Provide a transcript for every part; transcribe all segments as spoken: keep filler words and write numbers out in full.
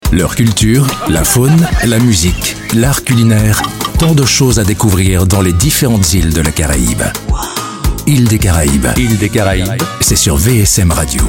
Leur culture, la faune, la musique, l'art culinaire, tant de choses à découvrir dans les différentes îles de la Caraïbe. Île des Caraïbes. Île des Caraïbes, c'est sur V S M Radio.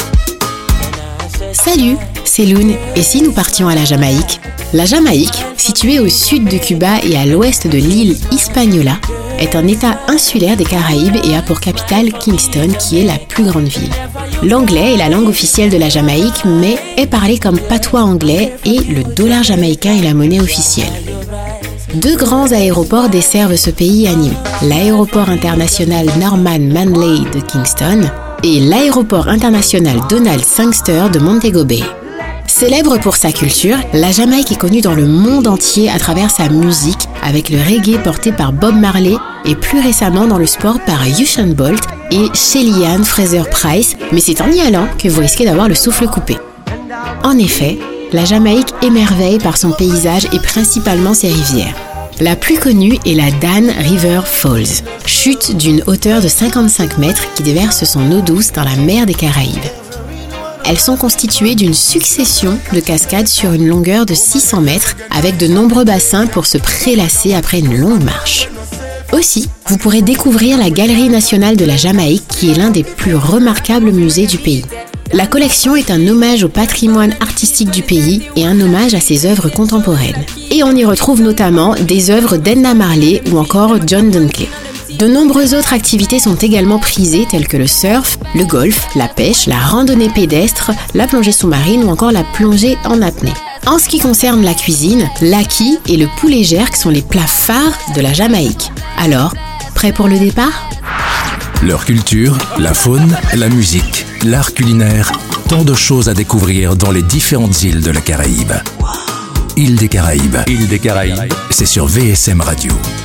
Salut, c'est Loun, et si nous partions à la Jamaïque ? La Jamaïque, située au sud de Cuba et à l'ouest de l'île Hispaniola, est un état insulaire des Caraïbes et a pour capitale Kingston, qui est la plus grande ville. L'anglais est la langue officielle de la Jamaïque, mais est parlé comme patois anglais et le dollar jamaïcain est la monnaie officielle. Deux grands aéroports desservent ce pays animé, l'aéroport international Norman Manley de Kingston et l'aéroport international Donald Sangster de Montego Bay. Célèbre pour sa culture, la Jamaïque est connue dans le monde entier à travers sa musique, avec le reggae porté par Bob Marley et plus récemment dans le sport par Usain Bolt et Shelly-Ann Fraser-Price, mais c'est en y allant que vous risquez d'avoir le souffle coupé. En effet, la Jamaïque émerveille par son paysage et principalement ses rivières. La plus connue est la Dan River Falls, chute d'une hauteur de cinquante-cinq mètres qui déverse son eau douce dans la mer des Caraïbes. Elles sont constituées d'une succession de cascades sur une longueur de six cents mètres avec de nombreux bassins pour se prélasser après une longue marche. Aussi, vous pourrez découvrir la Galerie nationale de la Jamaïque qui est l'un des plus remarquables musées du pays. La collection est un hommage au patrimoine artistique du pays et un hommage à ses œuvres contemporaines. Et on y retrouve notamment des œuvres d'Edna Marley ou encore John Dunkley. De nombreuses autres activités sont également prisées telles que le surf, le golf, la pêche, la randonnée pédestre, la plongée sous-marine ou encore la plongée en apnée. En ce qui concerne la cuisine, l'haki et le poulet jerk sont les plats phares de la Jamaïque. Alors, prêt pour le départ ? Leur culture, la faune, la musique, l'art culinaire, tant de choses à découvrir dans les différentes îles de la Caraïbe. Île des Caraïbes. Île des Caraïbes, c'est sur V S M Radio.